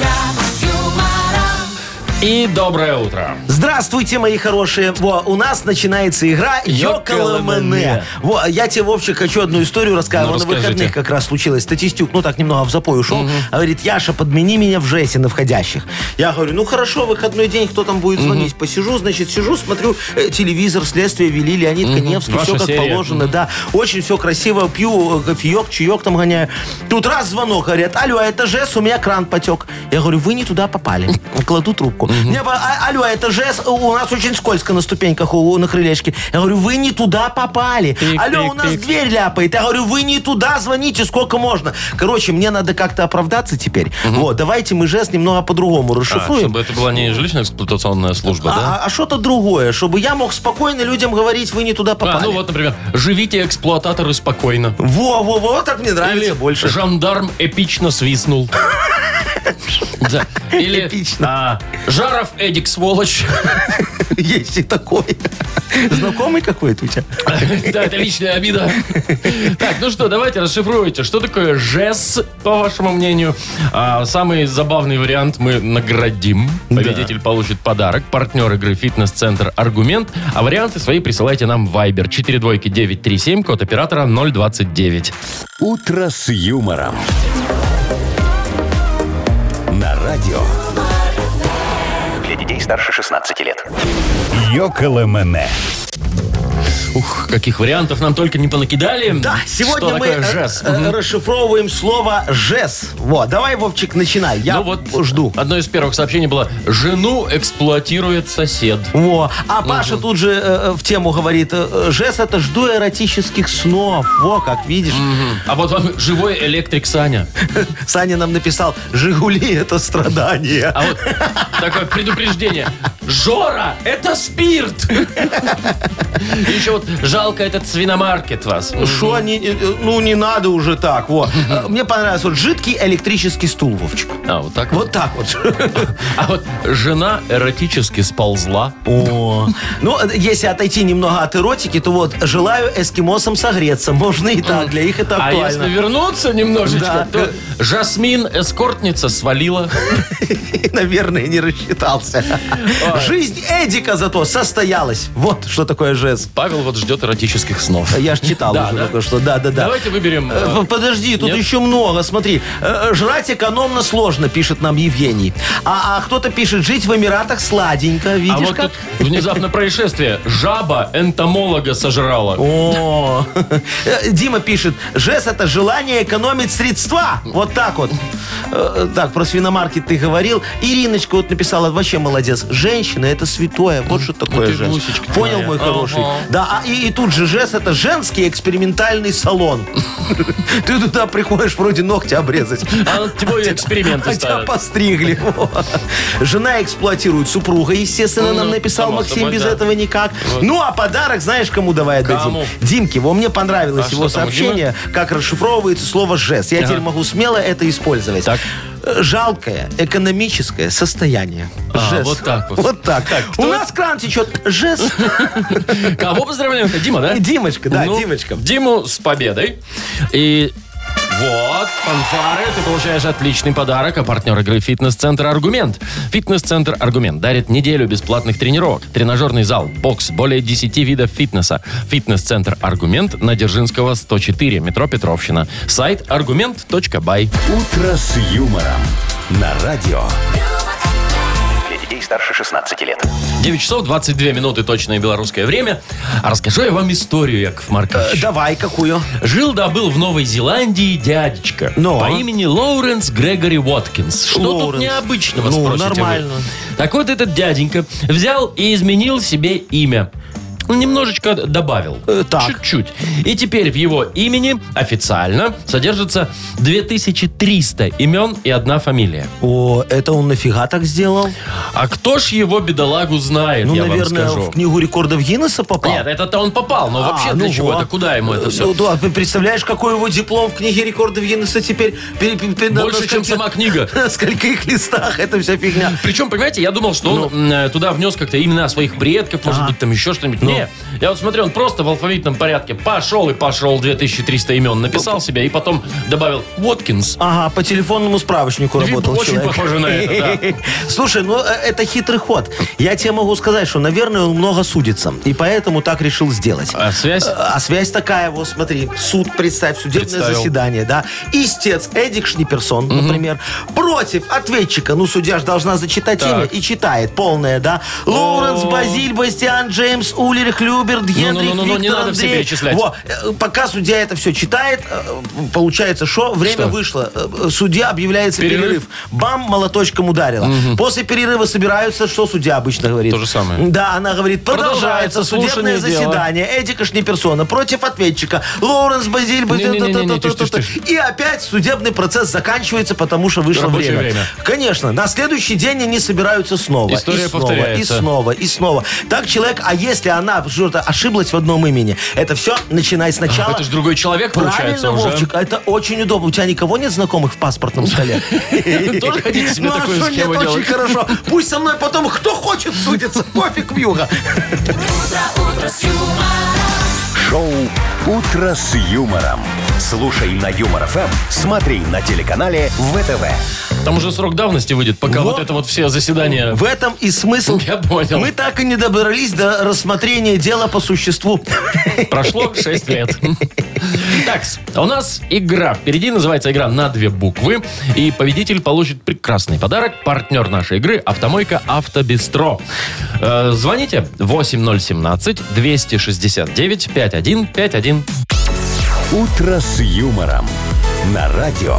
И доброе утро. Здравствуйте, мои хорошие. Во, у нас начинается игра Йоколэмэне. Во, я тебе, Вовчик, хочу одну историю рассказать. Ну, Вот на расскажите. выходных как раз случилось. Статистюк, ну так немного в запой ушел. Говорит, Яша, подмени меня в жесте на входящих. Я говорю, ну хорошо, выходной день, кто там будет звонить? Посижу, значит, сижу, смотрю э, телевизор, следствие вели, Леонид Каневский, Ваша все как серия. положено, да. Очень все красиво, пью э, кофеек, чаек там гоняю. Тут раз звонок, говорят, алло, а это жест, у меня кран потек. Я говорю, вы не туда попали. Кладу трубку. Мне бы, «А- алло, это жест, у нас очень скользко на ступеньках у, на крылечке. Я говорю, вы не туда попали. Пик, Алло, пик, у нас пик. дверь ляпает. Я говорю, вы не туда звоните, сколько можно. Короче, мне надо как-то оправдаться теперь. Вот, давайте мы жест немного по-другому А, расшифруем. чтобы это была не жилищно-эксплуатационная служба, да? А, а что-то другое, чтобы я мог спокойно людям говорить, вы не туда А, попали. ну вот, например, живите, эксплуататоры, спокойно. Во, во, во, так мне нравится Или больше. жандарм эпично свистнул. Да. Или Эпично. а, Жаров Эдик, сволочь. Есть и такой. Знакомый какой-то у тебя? Да, это личная обида. Так, ну что, давайте расшифруйте. Что такое ЖЭС, по вашему мнению? А, самый забавный вариант мы наградим. Победитель получит подарок. Партнер игры «Фитнес-центр Аргумент». А варианты свои присылайте нам в Viber. четыре двойки девять три семь, код оператора ноль двадцать девять. «Утро с юмором». На радио Для детей старше шестнадцати лет. Йоколэмэне. Ух, каких вариантов нам только не понакидали. Да, сегодня Что мы такое э, ЖЭС? э, Мгм. расшифровываем слово «жес». Вот, давай, Вовчик, начинай. Я Ну вот жду. Одно из первых сообщений было: жену эксплуатирует сосед. Во. А Паша тут же э, в тему говорит, э, «жес» — это «жду эротических снов». Во, как видишь. А вот вам живой электрик Саня. Саня нам написал, «Жигули» — это страдание. А вот такое предупреждение: Жора, это спирт! И еще вот жалко этот свиномаркет вас. Шо, не, э, ну не надо уже так. Во. Э, Мне понравился вот жидкий электрический стул, Вовчик. А, вот так вот. Вот так вот. А вот жена эротически сползла. О. Ну, э, если отойти немного от эротики, то вот желаю эскимосам согреться. Можно и так, для них это А если актуально. вернуться немножечко, Да. то Жасмин, эскортница, свалила. Наверное, не рассчитался. Жизнь Эдика зато состоялась. Вот что такое жест. Павел вот ждет эротических снов. Я ж читал Да, уже да? только что. Да, да, да. Давайте выберем... Э, э, п- Подожди, тут нет? еще много. Смотри, э, жрать экономно сложно, пишет нам Евгений. А, а кто-то пишет, жить в Эмиратах сладенько. А Видишь вот как? тут внезапно происшествие. Жаба энтомолога сожрала. О, Э, Дима пишет, жест — это желание экономить средства. Вот так вот. Э, Так, про свиномаркет ты говорил. Ириночка вот написала, вообще молодец. Женщина — это святое. Вот что такое ты жест. гусечка Понял, моя. мой хороший? Ага. Да, а и, и тут же жест — это женский экспериментальный салон. Ты туда приходишь вроде ногти обрезать. А тебе эксперименты Хотя ставят. постригли. Вот. Жена эксплуатирует супруга, естественно, нам Ну, написал само Максим, собой, без да. этого никак. Ну, а подарок, знаешь, кому давай отдадим? Кому? Димке. Во, мне понравилось А его что там у сообщение, как расшифровывается слово «жест». Я Ага. теперь могу смело это использовать. Так. Э, Жалкое экономическое состояние. А, Жест. вот так вот. Вот так. кто У нас кран течет. Жест. Кого поздравляем? Это Дима, да? Димочка, да, Ну, Димочка. Диму с победой. И вот, фанфары, ты получаешь отличный подарок. А партнер игры «Фитнес-центр Аргумент». «Фитнес-центр Аргумент» дарит неделю бесплатных тренировок. Тренажерный зал, бокс, более десяти видов фитнеса. «Фитнес-центр Аргумент» на Дзержинского, сто четыре, метро Петровщина. Сайт аргумент точка бай. «Утро с юмором». На радио. Для детей старше шестнадцати лет. девять часов двадцать две минуты, точное белорусское время. А расскажу я вам историю, Яков Маркович. Э, Давай, какую? Жил-да был в Новой Зеландии дядечка Но. по имени Лоуренс Грегори Уоткинс. Что тут Лоуренс. необычного, Ну, спросите нормально. вы? Так вот, этот дяденька взял и изменил себе имя. немножечко добавил. Э, так. Чуть-чуть. И теперь в его имени официально содержится две тысячи триста имен и одна фамилия. О, это он нафига так сделал? А кто ж его, бедолагу, знает, Ну, я наверное, вам скажу. в книгу рекордов Гиннесса попал? Нет, это-то он попал, но А, вообще ну для чего? вот. Это куда ему это все? Ну, да, ты представляешь, какой его диплом в книге рекордов Гиннесса теперь? Пере- пере- пере- на- Больше, на чем скольких- сама книга. На скольких листах эта вся фигня. Причем, понимаете, я думал, что Ну. он м, туда внес как-то имена своих предков, может Ага. быть, там еще что-нибудь. Ну. Не, я вот смотрю, он просто в алфавитном порядке пошел и пошел две тысячи триста имен, написал себе и потом добавил Уоткинс. Ага, по телефонному справочнику Вид работал очень человек. похоже на это, да. Слушай, ну э, это хитрый ход. Я тебе могу сказать, что, наверное, он много судится. И поэтому так решил сделать. А связь? А связь такая, вот смотри, суд, представь, судебное Представил. заседание, да. Истец Эдик Шниперсон, например, против ответчика, ну, судья же должна зачитать Так. имя, и читает полное, да. Лоуренс, О. Базиль, Бастиан, Джеймс, Улерих, Люберт, Генрих, Ну-ну-ну-ну, не Виктор, надо все Андрей. перечислять. Во, э, пока судья это все читает, э, получается, что время Что? вышло. Э, Судья объявляется Перерыв. перерыв. Бам, молоточком ударила. После перерыва собираются, что судья обычно говорит? То же самое. Да, она говорит, продолжается, Продолжается судебное слушание дела. заседание. Эдика Шниперсона против ответчика. Лоуренс, Базиль, Базиль, Не-не-не-не, тише, тише, тише. и опять судебный процесс заканчивается, потому что вышло Рабочее время. время. Конечно, на следующий день они собираются снова. История и снова, повторяется. И снова, и снова. Так человек, а если она что-то ошиблась в одном имени, это все начинай сначала. Это же другой человек, получается, Правильно, уже. Вовчик, это очень удобно. У тебя никого нет знакомых в паспортном столе? Тоже хотите себе Ну, а такую что схему нет, делать? очень хорошо. Пусть со мной потом кто хочет судится. Пофиг вьюга. Шоу «Утро с юмором». Слушай на Юмор ФМ, смотри на телеканале ВТВ. Там уже срок давности выйдет, пока Вот. вот это вот все заседания... В этом и смысл. Я понял. Мы так и не добрались до рассмотрения дела по существу. Прошло шесть лет. Так, у нас игра. Впереди называется игра на две буквы. И победитель получит прекрасный подарок. Партнер нашей игры — автомойка «Автобестро». Э, звоните восемь ноль семнадцать двести шестьдесят девять пятьдесят один пятьдесят один. «Утро с юмором» на радио.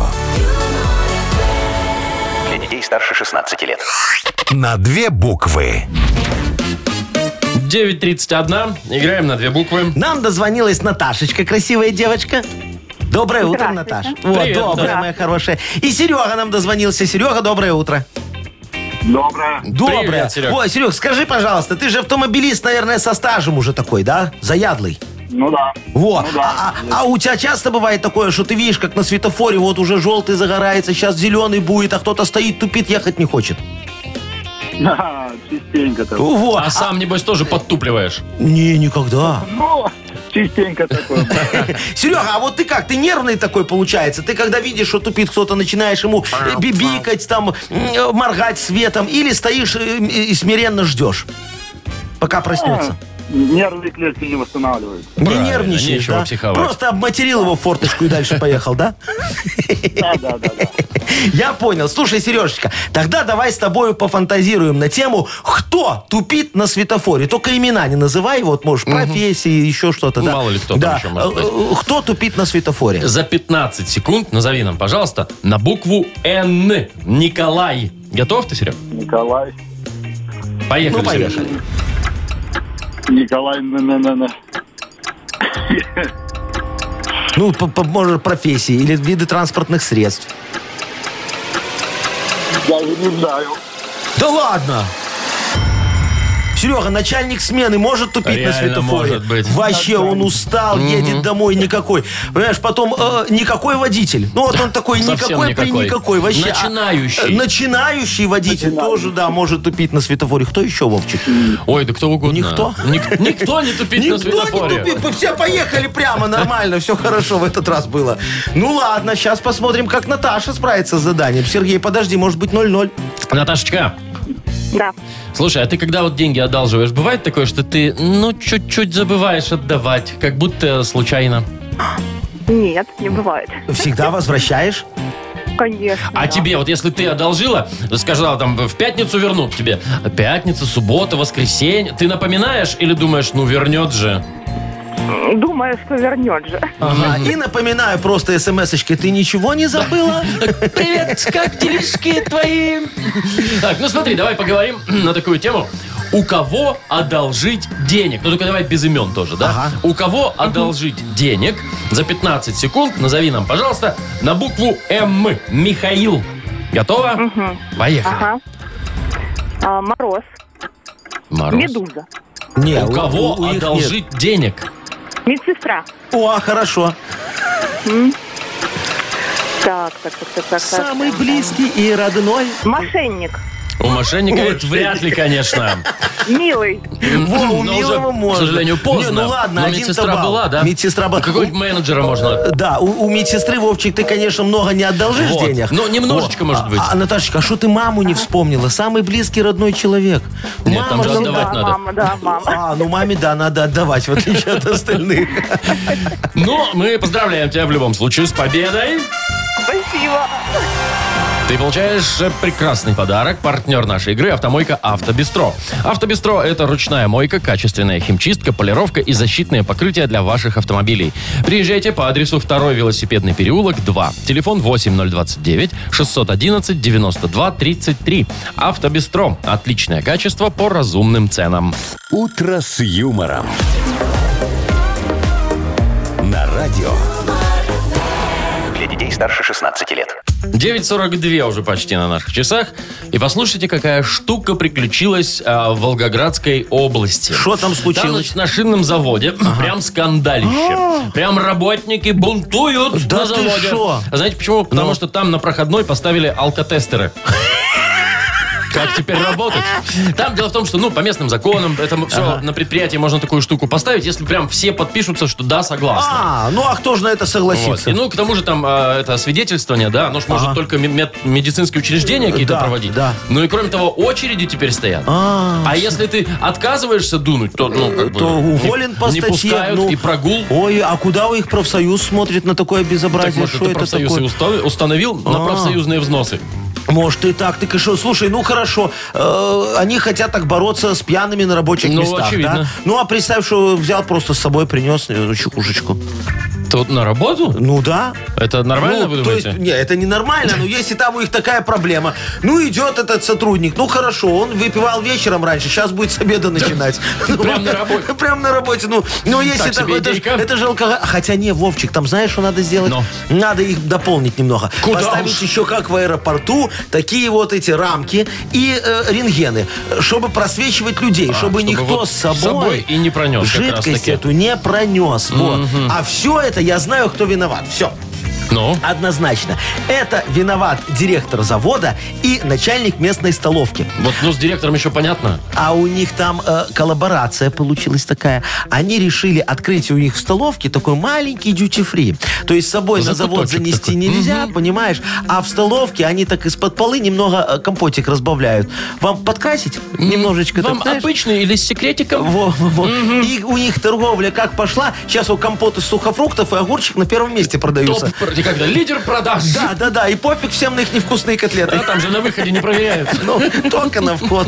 Для детей старше шестнадцати лет. На две буквы. девять тридцать один. Играем на две буквы. Нам дозвонилась Наташечка, красивая девочка. Доброе утро, Наташ. Здравствуйте. Вот, Привет, доброе, да. моя хорошая. И Серега нам дозвонился. Серега, доброе утро. Доброе. Доброе. Привет, Серег. Ой, Серег, скажи, пожалуйста, ты же автомобилист, наверное, со стажем уже такой, да? Заядлый. Ну да. Вот. Ну да. а, а- а у тебя часто бывает такое, что ты видишь, как на светофоре вот уже желтый загорается, сейчас зеленый будет, а кто-то стоит, тупит, ехать не хочет. Да, частенько-то. Вот. А сам, небось, тоже подтупливаешь. Не, никогда. Ну, частенько такое. Серега, а вот ты как? Ты нервный такой, получается? Ты когда видишь, что тупит кто-то, начинаешь ему э, бибикать, там, м, моргать светом, или стоишь э, и смиренно ждешь, пока проснется? Нервные клетки не восстанавливают. Не Правильно, нервничаешь, нечего да? психовать. Просто обматерил его в форточку и дальше поехал, да? Да, да, да, да. Я понял. Слушай, Сережечка, тогда давай с тобой пофантазируем на тему, кто тупит на светофоре. Только имена не называй, вот, может, профессии, еще что-то. Ну, да? мало ли кто там Да. еще может быть. Э, э, Кто тупит на светофоре? За пятнадцать секунд назови нам, пожалуйста, на букву Н. Николай. Готов ты, Серег? Николай. Поехали, Ну, Серег. поехали. Николай, на-на-на-на. Ну, по- по- может, профессии или виды транспортных средств. Даже не знаю. Да ладно! Серега, начальник смены может тупить Реально на светофоре? может быть. Вообще, он устал, едет домой никакой. Понимаешь, потом э, никакой водитель. Ну, вот он такой Совсем никакой при никакой. никакой. Вообще, а, Начинающий. э, начинающий водитель тоже, да, может тупить на светофоре. Кто еще, Вовчик? Ой, да кто угодно. Никто? Ник- никто не тупит на Никто светофоре. не тупит. Мы все поехали прямо, нормально, все хорошо в этот раз было. Ну ладно, сейчас посмотрим, как Наташа справится с заданием. Сергей, подожди, может быть ноль-ноль? Наташечка, Да. слушай, а ты когда вот деньги одалживаешь, бывает такое, что ты, ну, чуть-чуть забываешь отдавать, как будто случайно? Нет, не бывает. Всегда возвращаешь? Конечно. А да. тебе, вот если ты одолжила, сказала там, в пятницу верну тебе, пятница, суббота, воскресенье, ты напоминаешь или думаешь, ну, вернет же? Думаю, что вернет же. Ага. И напоминаю просто смс-очки. Ты ничего не забыла? Привет, как делишки твои? Так, ну смотри, давай поговорим на такую тему. У кого одолжить денег? Ну, только давай без имен тоже, да? Ага. У кого одолжить денег? За пятнадцать секунд назови нам, пожалуйста, на букву М. Михаил. Готово? Поехали. Ага. А, Мороз. Мороз. Медуза. Не, У кого у них одолжить денег? Медсестра. нет. О, хорошо. Так, так, так, так, так. Самый так. близкий и родной. Мошенник. У мошенника это вряд ли, конечно. Милый. Во, у Но милого уже, можно. к сожалению, поздно. Не, ну ладно, Но один-то медсестра балл. была, да? Медсестра была. Какого менеджера можно? Да, у, у медсестры, Вовчик, ты, конечно, много не одолжишь Вот. денег. Ну, немножечко, Вот. может быть. А, а, Наташечка, а что ты маму не вспомнила? Самый близкий родной человек. Нет, там же всегда- отдавать Да, надо. мама, да, мама. А, ну маме, да, надо отдавать, в отличие от остальных. Но мы поздравляем тебя в любом случае с победой. Спасибо. Ты получаешь э, прекрасный подарок. Партнер нашей игры — «Автомойка Автобестро». «Автобестро» — это ручная мойка, качественная химчистка, полировка и защитные покрытия для ваших автомобилей. Приезжайте по адресу второй велосипедный переулок, два. Телефон восемь ноль двадцать девять шестьсот одиннадцать девяносто два тридцать три. «Автобестро» — отличное качество по разумным ценам. «Утро с юмором». На радио. Для детей старше шестнадцати лет. девять сорок два уже почти на наших часах. И послушайте, какая штука приключилась а, в Волгоградской области. Что там Там, случилось? значит, на шинном заводе прям скандалище. Прям работники бунтуют Да на ты заводе. шо? А знаете почему? Потому Ну. что там на проходной поставили алкотестеры. Как теперь работать? Там дело в том, что, ну, по местным законам, это все на предприятии можно такую штуку поставить, если прям все подпишутся, что да, согласны. А, ну а кто же на это Вот. согласится? И, ну, к тому же там а, это свидетельствование, да, оно ж может Ага. только мед- медицинские учреждения какие-то Да, проводить. да. Ну и кроме того, очереди теперь стоят. А, А если ты отказываешься дунуть, то, ну, как бы, то не- уволен по не статье. пускают, ну. и прогул. Ой, а куда у их профсоюз смотрит на такое безобразие? Так, может, Что это это профсоюз такое? и уста- установил на А. профсоюзные взносы. Может и так, так и что? Слушай, ну хорошо, э, они хотят так бороться с пьяными на рабочих Ну, местах, очевидно. да? Ну а представь, что взял просто с собой, принес э, чекушечку. Тут на работу? Ну да. Это нормально, Ну, вы то думаете? есть, не, это не нормально, но если там у них такая проблема, ну идет этот сотрудник, ну хорошо, он выпивал вечером раньше, сейчас будет с обеда начинать. Ну, Прям на работе. Прям на работе, ну, ну если Так себе такое, это, ж- идейка. это же алкоголь. Хотя не, Вовчик, там знаешь, что надо сделать? Ну. Надо их дополнить немного. Куда Поставить уж? еще, как в аэропорту, такие вот эти рамки и э, рентгены, чтобы просвечивать людей, чтобы, чтобы никто вот с собой, с собой и не пронес как раз жидкость таки. эту не пронес. Вот. А все это я знаю, кто виноват. Все. Ну? Однозначно. Это виноват директор завода и начальник местной столовки. Вот, ну, с директором еще понятно. А у них там э, коллаборация получилась такая. Они решили открыть у них в столовке такой маленький дьюти-фри. То есть с собой на завод Закуточек занести такой. нельзя, понимаешь? А в столовке они так из-под полы немного э, компотик разбавляют. Вам подкрасить? Немножечко Вам так, знаешь? обычный или с секретиком? Во, во, во. И у них торговля как пошла. Сейчас у компот из сухофруктов и огурчик на первом месте продаются. Топ, когда лидер продаж. Да, да, да. И пофиг всем на их невкусные котлеты. А там же на выходе не проверяют. Ну, только на вход.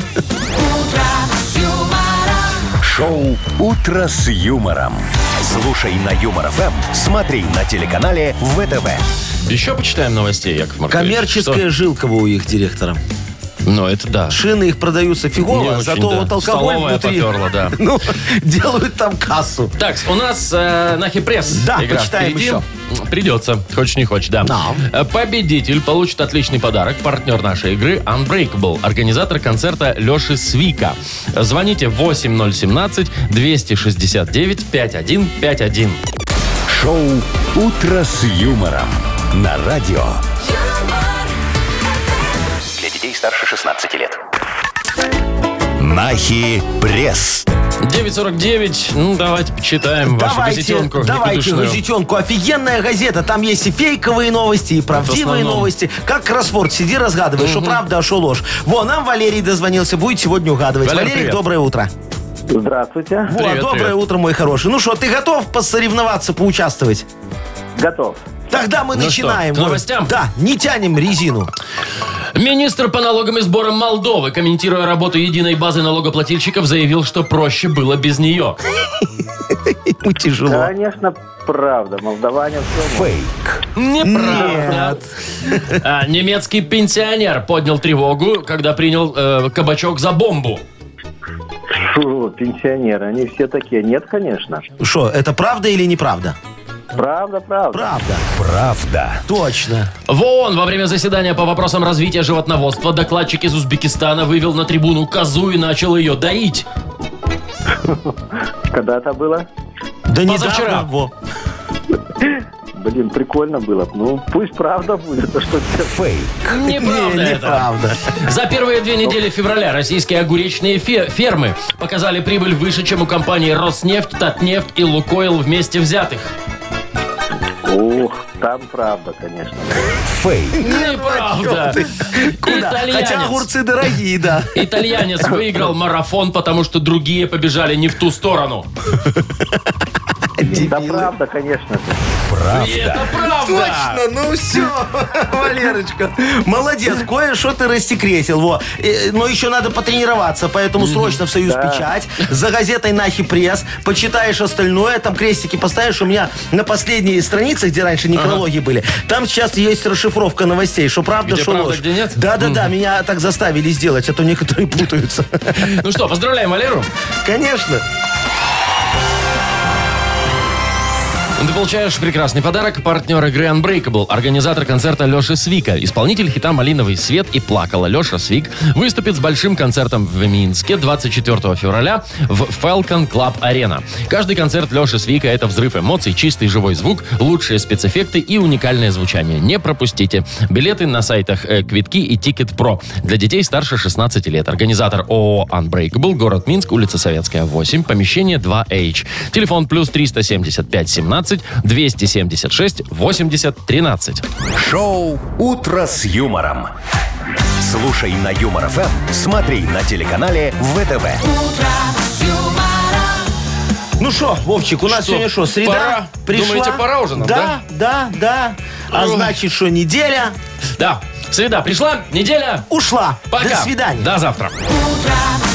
Шоу «Утро с юмором». Слушай на Юмор ФМ, смотри на телеканале ВТВ. Еще почитаем новостей, Яков Маркович. Коммерческая жилка у их директора. Что? Ну, это да. Шины их продаются Не фигово, очень, зато да. вот алкоголь Столовая внутри. поперла, да. Ну, делают там кассу. Так, у нас э, на Хипресс Да, игра почитаем впереди. еще. Придется, хочешь не хочешь, да. Да. Э, Победитель получит отличный подарок. Партнер нашей игры Unbreakable, организатор концерта Леши Свика. Звоните восемь ноль семнадцать двести шестьдесят девять пятьдесят один пятьдесят один. Шоу «Утро с юмором» на радио. Для детей старше шестнадцати лет. Нахи пресс. девять сорок девять. Ну, давайте почитаем вашу Давайте, газетенку. давайте никудышную. газетенку. Офигенная газета. Там есть и фейковые новости, и правдивые основном. новости. Как кроссворд. Сиди, разгадывай, что правда, а что ложь. Во, нам Валерий дозвонился. Будет сегодня угадывать. Валер, Валерий, привет. доброе утро. Здравствуйте. Во, Привет, доброе привет. утро, мой хороший. Ну что, ты готов посоревноваться, поучаствовать? Готов. Тогда мы Ну начинаем. что, к новостям? Да, не тянем резину. Министр по налогам и сборам Молдовы, комментируя работу единой базы налогоплательщиков, заявил, что проще было без нее. Ему тяжело. Конечно, правда. Молдаване все Фейк. Неправда. А, немецкий пенсионер поднял тревогу, когда принял э, кабачок за бомбу. Шо, пенсионеры, они все такие. Нет, конечно. Что, это правда или неправда? Правда, правда. Правда. Правда. Точно. В ООН во время заседания по вопросам развития животноводства докладчик из Узбекистана вывел на трибуну козу и начал ее доить. Когда это было? Да Позавчера. недавно. Во. Блин, прикольно было. Ну, пусть правда будет. А что теперь? Фейк. Неправда Не, это. неправда. За первые две недели февраля российские огуречные фе- фермы показали прибыль выше, чем у компаний Роснефть, Татнефть и Лукойл вместе взятых. Ух, там правда, конечно. Фейк. Неправда. Куда? Хотя Итальянец. огурцы дорогие, да. Итальянец выиграл марафон, потому что другие побежали не в ту сторону. Да правда, конечно же. И это правда. Точно, ну все, Валерочка. Молодец, кое-что ты рассекретил. Во. Э, Но еще надо потренироваться, поэтому срочно в Союз Да. Печать, за газетой Нахи Пресс, почитаешь остальное, там крестики поставишь. У меня на последней странице, где раньше некрологи были, там сейчас есть расшифровка новостей, что правда, Где что правда, ложь. где нет? Да-да-да, меня так заставили сделать, а то некоторые путаются. Ну что, поздравляем Валеру. Конечно. Ты получаешь прекрасный подарок. Партнер игры Unbreakable, организатор концерта Леши Свика, исполнитель хита «Малиновый свет» и «Плакала». Леша Свик выступит с большим концертом в Минске двадцать четвёртого февраля в Falcon Club Arena. Каждый концерт Леши Свика – это взрыв эмоций, чистый живой звук, лучшие спецэффекты и уникальное звучание. Не пропустите. Билеты на сайтах э, Квитки и Тикет.Про. Для детей старше шестнадцати лет. Организатор ООО Unbreakable, город Минск, улица Советская, восемь, помещение два эйч. Телефон плюс триста семьдесят пять семнадцать двести семьдесят шесть восемьдесят тринадцать. Шоу «Утро с юмором». Слушай на Юмор ФМ, смотри на телеканале ВТВ. Ну что, Вовчик, у нас Что, сегодня что, среда? пора? Пришла? Думаете, пора уже нам, Да, да, да. А Ой. значит, что неделя Да, среда пришла, неделя. ушла. Пока. До свидания. До завтра. Утро